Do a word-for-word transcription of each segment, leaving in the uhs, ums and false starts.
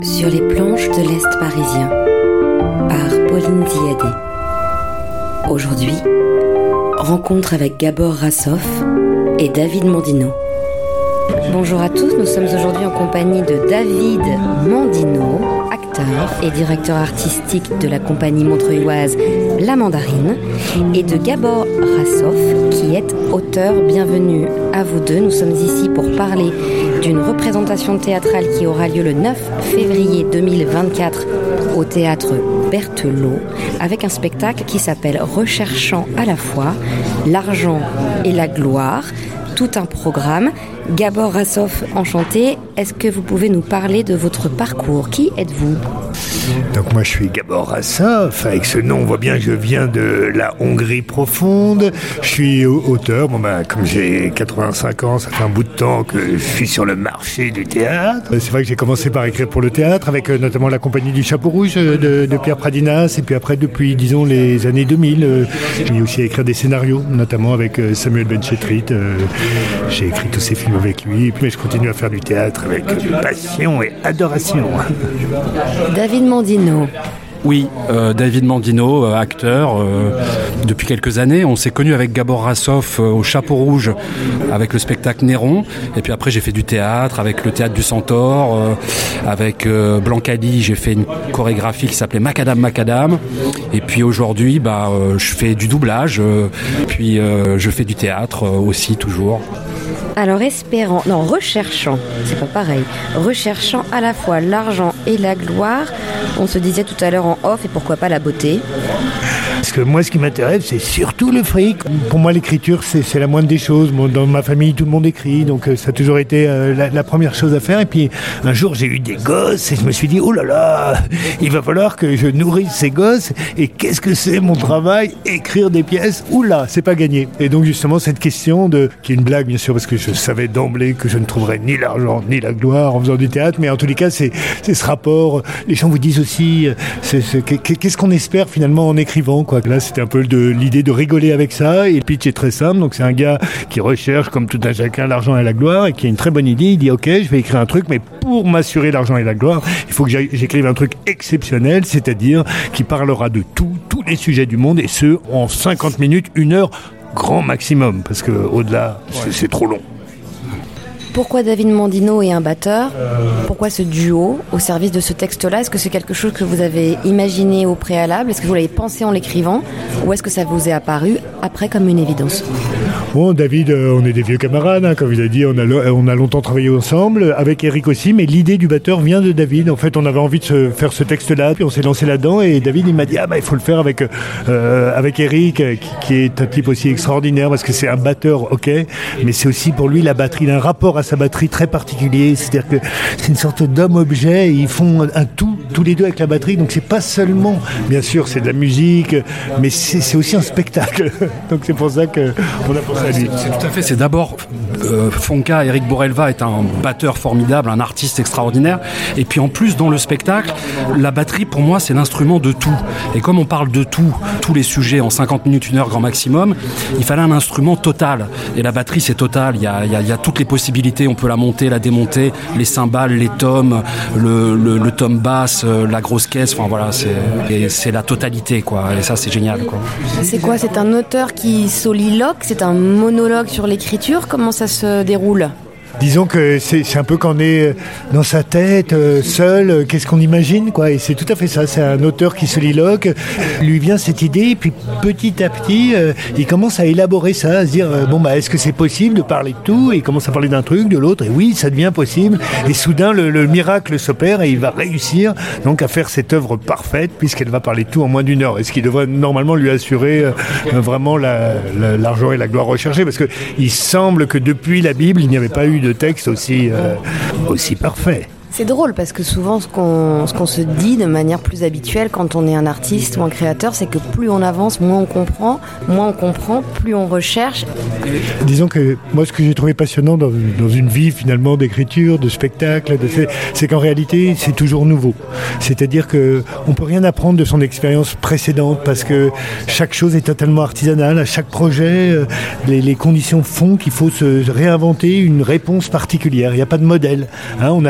Sur les planches de l'Est parisien, par Pauline Ziadé. Aujourd'hui, rencontre avec Gabor Rassoff et David Mondino. Bonjour à tous, nous sommes aujourd'hui en compagnie de David Mondino, acteur et directeur artistique de la compagnie montreuilloise La Mandarine, et de Gabor Rassoff, qui est auteur. Bienvenue à vous deux. Nous sommes ici pour parler d'une représentation théâtrale qui aura lieu le neuf février deux mille vingt-quatre au théâtre Berthelot, avec un spectacle qui s'appelle Recherchant à la fois l'argent et la gloire. Tout un programme. Gabor Rassoff, enchanté. Est-ce que vous pouvez nous parler de votre parcours ? Qui êtes-vous ? Donc moi je suis Gabor Rassoff. Avec ce nom on voit bien que je viens de la Hongrie profonde. Je suis auteur. Bon ben comme j'ai quatre-vingt-cinq ans, ça fait un bout de temps que je suis sur le marché du théâtre. C'est vrai que j'ai commencé par écrire pour le théâtre avec euh, notamment la compagnie du Chapeau Rouge de, de Pierre Pradinas. Et puis après depuis disons les années deux mille, euh, j'ai mis aussi à écrire des scénarios, notamment avec euh, Samuel Benchetrit. Euh, j'ai écrit tous ces films avec lui. Et puis je continue à faire du théâtre avec passion et adoration. David Mondino. Oui, euh, David Mondino, euh, acteur, euh, depuis quelques années. On s'est connus avec Gabor Rassoff euh, au Chapeau Rouge avec le spectacle Néron. Et puis après, j'ai fait du théâtre avec le Théâtre du Centaure. Euh, avec euh, Blancali, j'ai fait une chorégraphie qui s'appelait Macadam Macadam. Et puis aujourd'hui, bah, euh, je fais du doublage. Euh, puis euh, je fais du théâtre euh, aussi, toujours. Alors espérant, non, recherchant, c'est pas pareil, recherchant à la fois l'argent et la gloire, on se disait tout à l'heure en off, et pourquoi pas la beauté. Parce que moi, ce qui m'intéresse, c'est surtout le fric. Pour moi, l'écriture, c'est, c'est la moindre des choses. Bon, dans ma famille, tout le monde écrit, donc euh, ça a toujours été euh, la, la première chose à faire. Et puis, un jour, j'ai eu des gosses et je me suis dit, oh là là, il va falloir que je nourrisse ces gosses. Et qu'est-ce que c'est mon travail ? Écrire des pièces, oula, c'est pas gagné. Et donc, justement, cette question de, qui est une blague, bien sûr, parce que je savais d'emblée que je ne trouverais ni l'argent, ni la gloire en faisant du théâtre. Mais en tous les cas, c'est, c'est ce rapport. Les gens vous disent aussi, c'est, c'est, qu'est-ce qu'on espère finalement en écrivant, quoi. Là, c'était un peu de l'idée de rigoler avec ça. Et le pitch est très simple. Donc, c'est un gars qui recherche, comme tout un chacun, l'argent et la gloire et qui a une très bonne idée. Il dit, OK, je vais écrire un truc, mais pour m'assurer l'argent et la gloire, il faut que j'écrive un truc exceptionnel, c'est-à-dire qui parlera de tout, tous les sujets du monde, et ce, en cinquante minutes, une heure, grand maximum, parce que au-delà, c'est, c'est trop long. Pourquoi David Mondino est un batteur ? Pourquoi ce duo au service de ce texte-là ? Est-ce que c'est quelque chose que vous avez imaginé au préalable ? Est-ce que vous l'avez pensé en l'écrivant ? Ou est-ce que ça vous est apparu après comme une évidence ? Bon, David, euh, on est des vieux camarades, hein, comme vous avez dit, on a, on a longtemps travaillé ensemble, avec Eric aussi, mais l'idée du batteur vient de David. En fait, on avait envie de se faire ce texte-là, puis on s'est lancé là-dedans, et David, il m'a dit, ah bah, il faut le faire avec, euh, avec Eric, qui, qui est un type aussi extraordinaire, parce que c'est un batteur, ok, mais c'est aussi pour lui la batterie, il a un rapport à sa batterie très particulier, c'est-à-dire que c'est une sorte d'homme-objet, et ils font un tout, tous les deux avec la batterie, donc c'est pas seulement, bien sûr, c'est de la musique, mais c'est, c'est aussi un spectacle, donc c'est pour ça qu'on a pensé à lui. C'est, c'est tout à fait, c'est d'abord euh, Fonka, Eric Borelva est un batteur formidable, un artiste extraordinaire, et puis en plus dans le spectacle, la batterie pour moi c'est l'instrument de tout, et comme on parle de tout, tous les sujets en cinquante minutes, une heure grand maximum, il fallait un instrument total, et la batterie c'est total, il y a, il y a, il y a toutes les possibilités, on peut la monter, la démonter, les cymbales, les tomes, le, le, le tome basse, la grosse caisse, enfin voilà, c'est, et c'est la totalité quoi, et ça c'est génial quoi. C'est quoi, c'est un auteur qui soliloque, c'est un monologue sur l'écriture, comment ça se déroule ? Disons que c'est, c'est un peu quand on est dans sa tête, euh, seul, euh, qu'est-ce qu'on imagine, quoi. Et c'est tout à fait ça. C'est un auteur qui soliloque. Lui vient cette idée, et puis petit à petit, euh, il commence à élaborer ça, à se dire euh, bon bah est-ce que c'est possible de parler de tout ? Et il commence à parler d'un truc, de l'autre, et oui, ça devient possible. Et soudain, le, le miracle s'opère, et il va réussir donc à faire cette œuvre parfaite, puisqu'elle va parler de tout en moins d'une heure. Et ce qui devrait normalement lui assurer euh, vraiment la, la, l'argent et la gloire recherchée, parce que il semble que depuis la Bible, il n'y avait pas eu de texte aussi, euh, aussi parfait. C'est drôle parce que souvent ce qu'on, ce qu'on se dit de manière plus habituelle quand on est un artiste ou un créateur, c'est que plus on avance, moins on comprend, moins on comprend, plus on recherche. Disons que moi ce que j'ai trouvé passionnant dans, dans une vie finalement d'écriture, de spectacle, de fait, c'est qu'en réalité c'est toujours nouveau. C'est-à-dire qu'on ne peut rien apprendre de son expérience précédente parce que chaque chose est totalement artisanale, à chaque projet, les, les conditions font qu'il faut se réinventer une réponse particulière. Il n'y a pas de modèle. Hein, on a, on a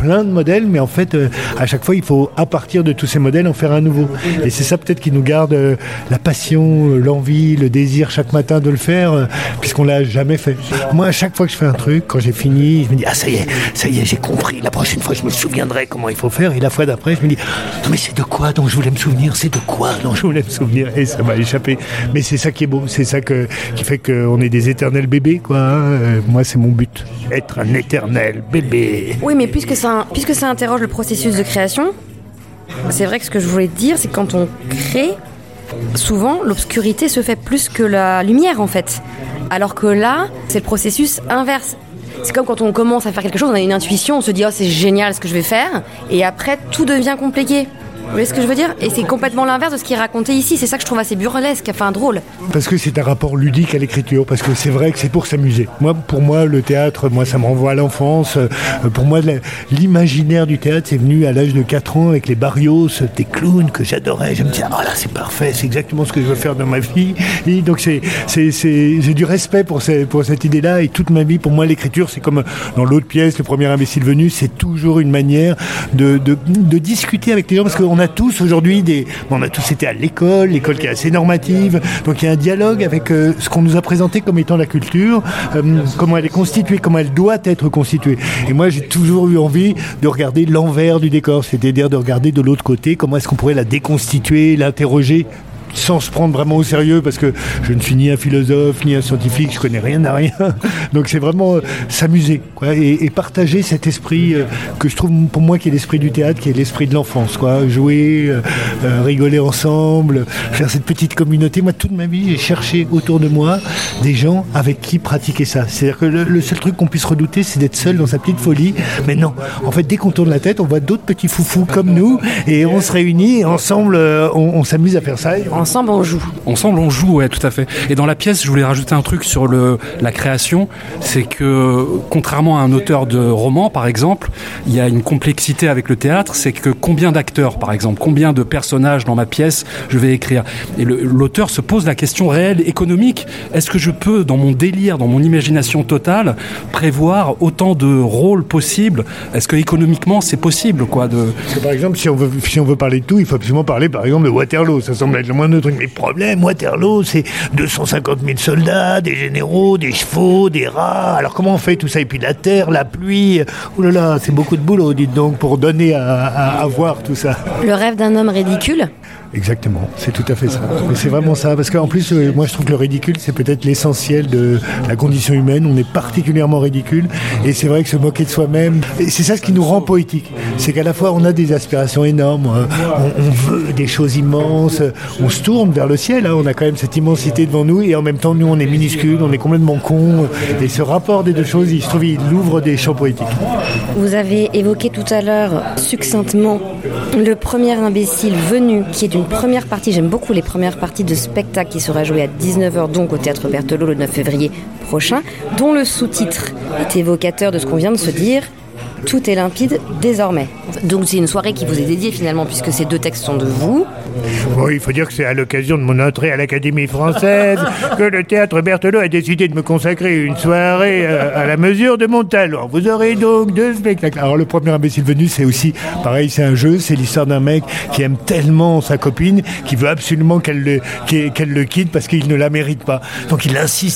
plein de modèles, mais en fait, euh, à chaque fois, il faut, à partir de tous ces modèles, en faire un nouveau. Et c'est ça peut-être qui nous garde euh, la passion, euh, l'envie, le désir chaque matin de le faire, euh, puisqu'on l'a jamais fait. Moi, à chaque fois que je fais un truc, quand j'ai fini, je me dis, ah ça y est, ça y est, j'ai compris. La prochaine fois, je me souviendrai comment il faut faire. Et la fois d'après, je me dis, non mais c'est de quoi dont je voulais me souvenir, c'est de quoi dont je voulais me souvenir. Et ça m'a échappé. Mais c'est ça qui est beau, c'est ça que, qui fait qu'on est des éternels bébés, quoi. Euh, moi, c'est mon but, être un éternel bébé. Oui, mais puisque ça, puisque ça interroge le processus de création, c'est vrai que ce que je voulais te dire, c'est que quand on crée, souvent, l'obscurité se fait plus que la lumière, en fait. Alors que là, c'est le processus inverse. C'est comme quand on commence à faire quelque chose, on a une intuition, on se dit « Oh, c'est génial ce que je vais faire », et après, tout devient compliqué. Vous voyez ce que je veux dire ? Et c'est complètement l'inverse de ce qui est raconté ici. C'est ça que je trouve assez burlesque, enfin drôle. Parce que c'est un rapport ludique à l'écriture, parce que c'est vrai que c'est pour s'amuser. Moi, pour moi, le théâtre, moi, ça me renvoie à l'enfance. Pour moi, l'imaginaire du théâtre, c'est venu à l'âge de quatre ans avec les Barrios, des clowns que j'adorais. Je me disais, oh là, c'est parfait, c'est exactement ce que je veux faire dans ma vie. Et donc, c'est, c'est, c'est, j'ai du respect pour, ces, pour cette idée-là. Et toute ma vie, pour moi, l'écriture, c'est comme dans l'autre pièce, Le premier imbécile venu, c'est toujours une manière de, de, de discuter avec les gens, parce qu'on a tous aujourd'hui des... Bon, on a tous été à l'école, l'école qui est assez normative, donc il y a un dialogue avec euh, ce qu'on nous a présenté comme étant la culture, euh, comment elle est constituée, comment elle doit être constituée. Et moi, j'ai toujours eu envie de regarder l'envers du décor, c'est-à-dire de regarder de l'autre côté, comment est-ce qu'on pourrait la déconstituer, l'interroger, sans se prendre vraiment au sérieux, parce que je ne suis ni un philosophe, ni un scientifique, je connais rien à rien. Donc c'est vraiment euh, s'amuser, quoi, et, et partager cet esprit euh, que je trouve, pour moi, qui est l'esprit du théâtre, qui est l'esprit de l'enfance, quoi. Jouer, euh, euh, rigoler ensemble, faire cette petite communauté. Moi, toute ma vie, j'ai cherché autour de moi des gens avec qui pratiquer ça. C'est-à-dire que le, le seul truc qu'on puisse redouter, c'est d'être seul dans sa petite folie. Mais non, en fait, dès qu'on tourne la tête, on voit d'autres petits foufous comme nous, et on se réunit, et ensemble, euh, on, on s'amuse à faire ça. Ensemble, on joue. Ensemble, on joue, ouais, tout à fait. Et dans la pièce, je voulais rajouter un truc sur le, la création, c'est que, contrairement à un auteur de roman, par exemple, il y a une complexité avec le théâtre, c'est que combien d'acteurs, par exemple, combien de personnages dans ma pièce je vais écrire. Et le, l'auteur se pose la question réelle, économique. Est-ce que je peux, dans mon délire, dans mon imagination totale, prévoir autant de rôles possibles ? Est-ce que économiquement, c'est possible, quoi, de... Parce que, par exemple, si on veut, si on veut parler de tout, il faut absolument parler, par exemple, de Waterloo. Ça semble être le moins de trucs. Mais le problème, Waterloo, c'est deux cent cinquante mille soldats, des généraux, des chevaux, des rats. Alors comment on fait tout ça ? Et puis la terre, la pluie. Ouh là là, c'est beaucoup de boulot, dites donc, pour donner à, à, à voir tout ça. Le rêve d'un homme ridicule ? Exactement, c'est tout à fait ça. Mais c'est vraiment ça, parce qu'en plus, euh, moi je trouve que le ridicule, c'est peut-être l'essentiel de la condition humaine. On est particulièrement ridicule, et c'est vrai que se moquer de soi-même, et c'est ça ce qui nous rend poétique. C'est qu'à la fois on a des aspirations énormes, euh, on, on veut des choses immenses, on se tourne vers le ciel, hein, on a quand même cette immensité devant nous, et en même temps nous on est minuscules, on est complètement cons, et ce rapport des deux choses, il se trouve, il ouvre des champs poétiques. Vous avez évoqué tout à l'heure succinctement le premier imbécile venu, qui est une première partie, j'aime beaucoup les premières parties de spectacle qui sera joué à dix-neuf heures donc au Théâtre Berthelot le neuf février prochain, dont le sous-titre est évocateur de ce qu'on vient de se dire. Tout est limpide désormais. Donc c'est une soirée qui vous est dédiée finalement, puisque ces deux textes sont de vous. Oui, il faut dire que c'est à l'occasion de mon entrée à l'Académie française que le Théâtre Berthelot a décidé de me consacrer une soirée à la mesure de mon talent. Vous aurez donc deux spectacles. Alors le premier imbécile venu, c'est aussi, pareil, c'est un jeu, c'est l'histoire d'un mec qui aime tellement sa copine, qui veut absolument qu'elle le, qu'elle le quitte parce qu'il ne la mérite pas. Donc il insiste,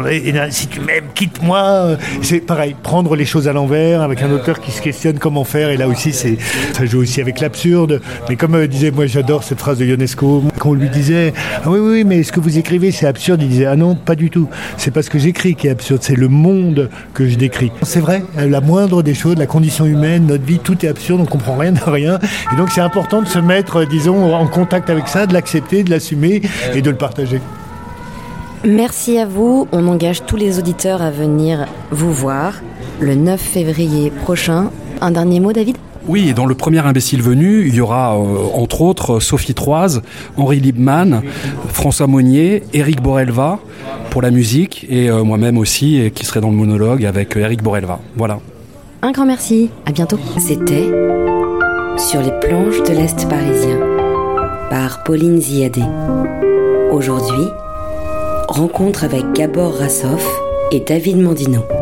si tu m'aimes, quitte-moi. C'est pareil, prendre les choses à l'envers avec un auteur qui se questionne comment faire, et là aussi c'est, ça joue aussi avec l'absurde, mais comme euh, disait, moi j'adore cette phrase de Ionesco, quand on lui disait ah oui oui mais ce que vous écrivez c'est absurde, il disait ah non pas du tout, c'est pas ce que j'écris qui est absurde, c'est le monde que je décris. C'est vrai, la moindre des choses, la condition humaine, notre vie, tout est absurde, on comprend rien de rien, et donc c'est important de se mettre, disons, en contact avec ça, de l'accepter, de l'assumer et de le partager. Merci à vous, on engage tous les auditeurs à venir vous voir le neuf février prochain. Un dernier mot, David ? Oui, et dans le premier imbécile venu, il y aura euh, entre autres Sophie Troise, Henri Liebman, François Monnier, Éric Borelva pour la musique, et euh, moi-même aussi, et qui serai dans le monologue avec euh, Éric Borelva. Voilà. Un grand merci, à bientôt. C'était Sur les planches de l'Est parisien par Pauline Ziadé. Aujourd'hui, rencontre avec Gabor Rassoff et David Mandino.